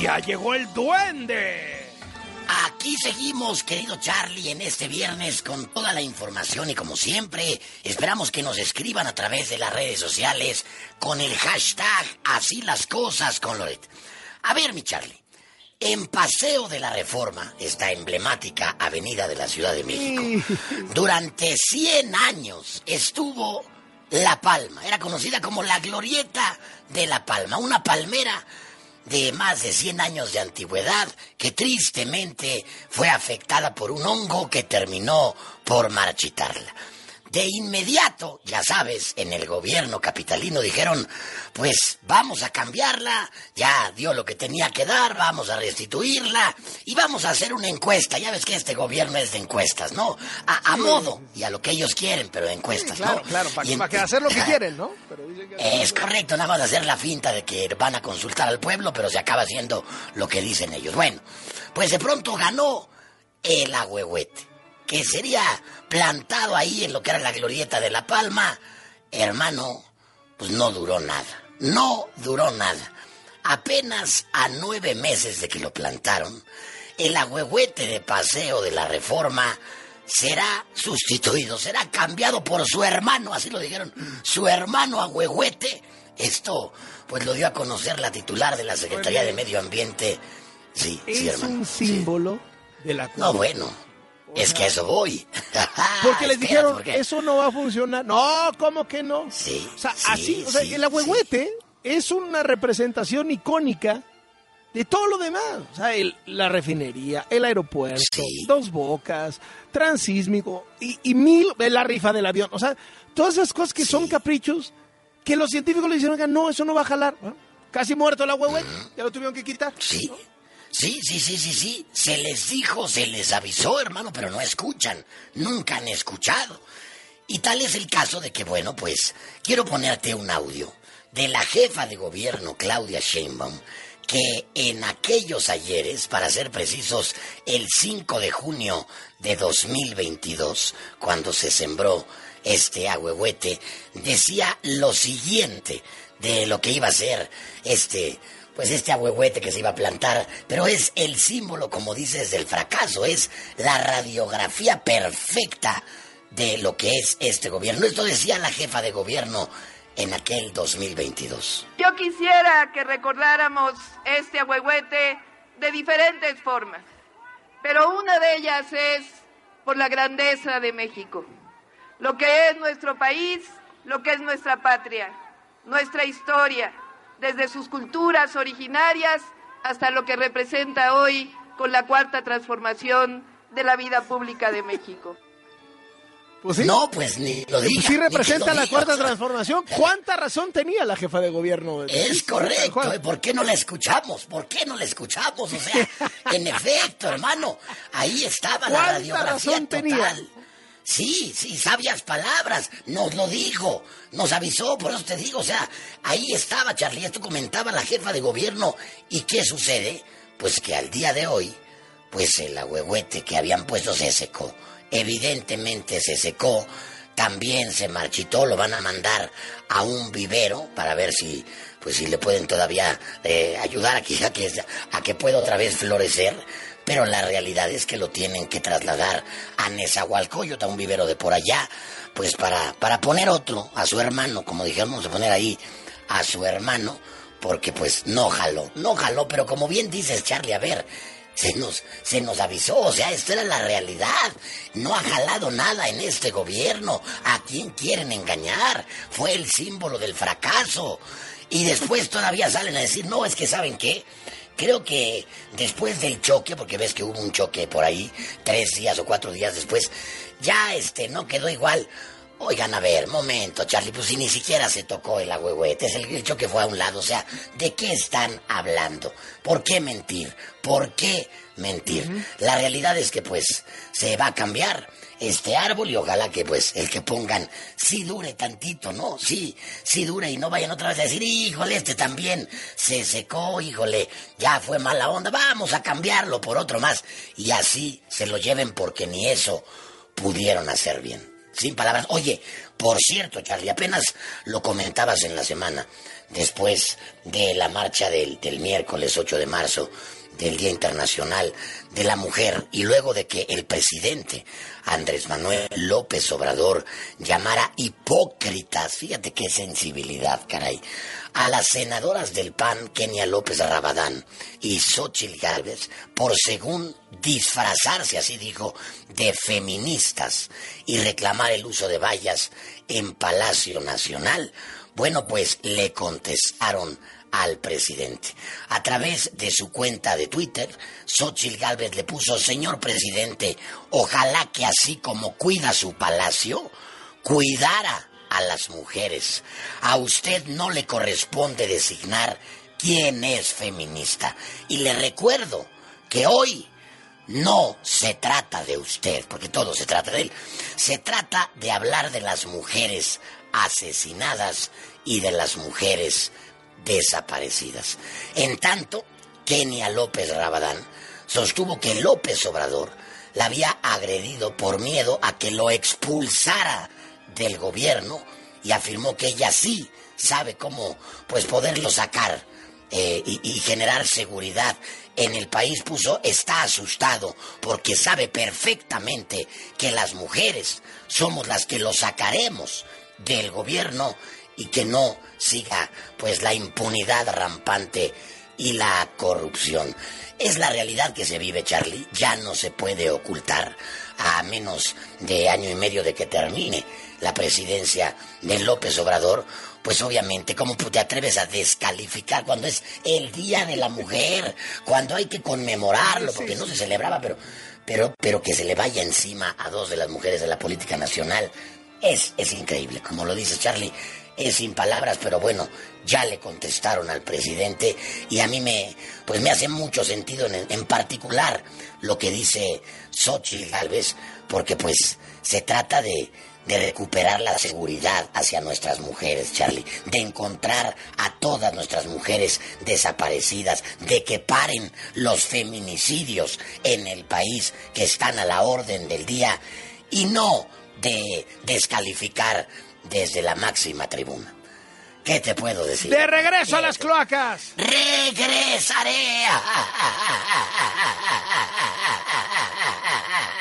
¡Ya llegó el duende! Aquí seguimos, querido Charlie, en este viernes con toda la información y como siempre, esperamos que nos escriban a través de las redes sociales con el hashtag Así las Cosas con Loret. A ver, mi Charlie, en Paseo de la Reforma, esta emblemática avenida de la Ciudad de México, durante 100 años estuvo La Palma. Era conocida como la Glorieta de La Palma, una palmera de más de 100 años de antigüedad que tristemente fue afectada por un hongo que terminó por marchitarla. De inmediato, ya sabes, en el gobierno capitalino dijeron, pues vamos a cambiarla, ya dio lo que tenía que dar, vamos a restituirla y vamos a hacer una encuesta. Ya ves que este gobierno es de encuestas, ¿no? A modo y a lo que ellos quieren, pero de encuestas, sí, claro, ¿no? Claro, para que hacer lo que quieren, ¿no? Pero dicen que es correcto, nada más hacer la finta de que van a consultar al pueblo, pero se acaba haciendo lo que dicen ellos. Bueno, pues de pronto ganó el ahuehuete, que sería plantado ahí en lo que era la Glorieta de La Palma. Hermano, pues no duró nada. Apenas a 9 meses de que lo plantaron, el ahuehuete de Paseo de la Reforma será sustituido, será cambiado por su hermano, así lo dijeron, su hermano ahuehuete. Esto, pues lo dio a conocer la titular de la Secretaría de Medio Ambiente. Sí, hermano. Es un símbolo de la cultura. No, bueno. Es que a eso voy. Porque les dijeron, eso no va a funcionar. No, ¿cómo que no? Sí. O sea, así, el ahuehuete es una representación icónica de todo lo demás. O sea, la refinería, el aeropuerto, Dos Bocas, Transísmico y la rifa del avión. O sea, todas esas cosas que son caprichos que los científicos le dijeron, no, eso no va a jalar. ¿No? Casi muerto el ahuehuete, ya lo tuvieron que quitar. Sí. ¿No? Sí. Se les dijo, se les avisó, hermano, pero no escuchan. Nunca han escuchado. Y tal es el caso de que, bueno, pues, quiero ponerte un audio de la jefa de gobierno, Claudia Sheinbaum, que en aquellos ayeres, para ser precisos, el 5 de junio de 2022, cuando se sembró este ahuehuete, decía lo siguiente de lo que iba a ser este ahuehuete que se iba a plantar, pero es el símbolo, como dices, del fracaso, es la radiografía perfecta de lo que es este gobierno. Esto decía la jefa de gobierno en aquel 2022. Yo quisiera que recordáramos este ahuehuete de diferentes formas, pero una de ellas es por la grandeza de México, lo que es nuestro país, lo que es nuestra patria, nuestra historia, desde sus culturas originarias hasta lo que representa hoy con la cuarta transformación de la vida pública de México. Pues sí. No, pues ni lo diga. Sí representa la cuarta transformación. ¿Cuánta razón tenía la jefa de gobierno? Es correcto. ¿Por qué no la escuchamos? O sea, en efecto, hermano, ahí estaba la radiografía total. Tenía? Sí, sabias palabras, nos lo dijo, nos avisó, por eso te digo, o sea, ahí estaba, Charlie, esto comentaba la jefa de gobierno. ¿Y qué sucede? Pues que al día de hoy, pues el ahuehuete que habían puesto se secó, evidentemente se secó, también se marchitó, lo van a mandar a un vivero para ver si le pueden todavía ayudar a que pueda otra vez florecer. Pero la realidad es que lo tienen que trasladar a Nezahualcóyotl, a un vivero de por allá, pues para poner otro a su hermano, como dijeron, vamos a poner ahí a su hermano, porque pues no jaló, pero como bien dices, Charlie, a ver, se nos avisó, o sea, esto era la realidad, no ha jalado nada en este gobierno, ¿a quién quieren engañar? Fue el símbolo del fracaso, y después todavía salen a decir, no, es que ¿saben qué? Creo que después del choque, porque ves que hubo un choque por ahí, 3 días o 4 días después, ya no quedó igual. Oigan, a ver, momento, Charlie, pues si ni siquiera se tocó el ahuehuete, el choque fue a un lado, o sea, ¿de qué están hablando? ¿Por qué mentir? La realidad es que pues se va a cambiar este árbol y ojalá que pues el que pongan sí dure tantito, ¿no? Sí dure y no vayan otra vez a decir, híjole, este también se secó, híjole, ya fue mala onda, vamos a cambiarlo por otro más y así se lo lleven porque ni eso pudieron hacer bien. sin palabras. Oye, por cierto, Charlie, apenas lo comentabas en la semana, después de la marcha del miércoles 8 de marzo, del Día Internacional de la Mujer, y luego de que el presidente Andrés Manuel López Obrador llamara hipócritas, fíjate qué sensibilidad, caray, a las senadoras del PAN, Kenia López Rabadán y Xóchitl Gálvez, por según disfrazarse, así dijo, de feministas y reclamar el uso de vallas en Palacio Nacional. Bueno, pues le contestaron al presidente. A través de su cuenta de Twitter, Xóchitl Gálvez le puso: señor presidente, ojalá que así como cuida su palacio, cuidara a las mujeres. A usted no le corresponde designar quién es feminista. Y le recuerdo que hoy no se trata de usted, porque todo se trata de él. Se trata de hablar de las mujeres asesinadas y de las mujeres desaparecidas. En tanto, Kenia López Rabadán sostuvo que López Obrador la había agredido por miedo a que lo expulsara del gobierno, y afirmó que ella sí sabe cómo pues poderlo sacar y generar seguridad en el país. Puso: está asustado porque sabe perfectamente que las mujeres somos las que lo sacaremos del gobierno y que no siga pues la impunidad rampante y la corrupción. Es la realidad que se vive, Charlie, ya no se puede ocultar. A menos de año y medio de que termine la presidencia de López Obrador, pues obviamente, ¿cómo te atreves a descalificar cuando es el Día de la Mujer, cuando hay que conmemorarlo, porque no se celebraba, pero que se le vaya encima a dos de las mujeres de la política nacional? Es increíble, como lo dice Charlie, es sin palabras, pero bueno, ya le contestaron al presidente, y a mí me hace mucho sentido en particular lo que dice Xóchitl Gálvez, porque pues se trata de recuperar la seguridad hacia nuestras mujeres, Charlie, de encontrar a todas nuestras mujeres desaparecidas, de que paren los feminicidios en el país que están a la orden del día, y no de descalificar desde la máxima tribuna. ¿Qué te puedo decir? ¡De regreso a las cloacas! ¡Regresaré!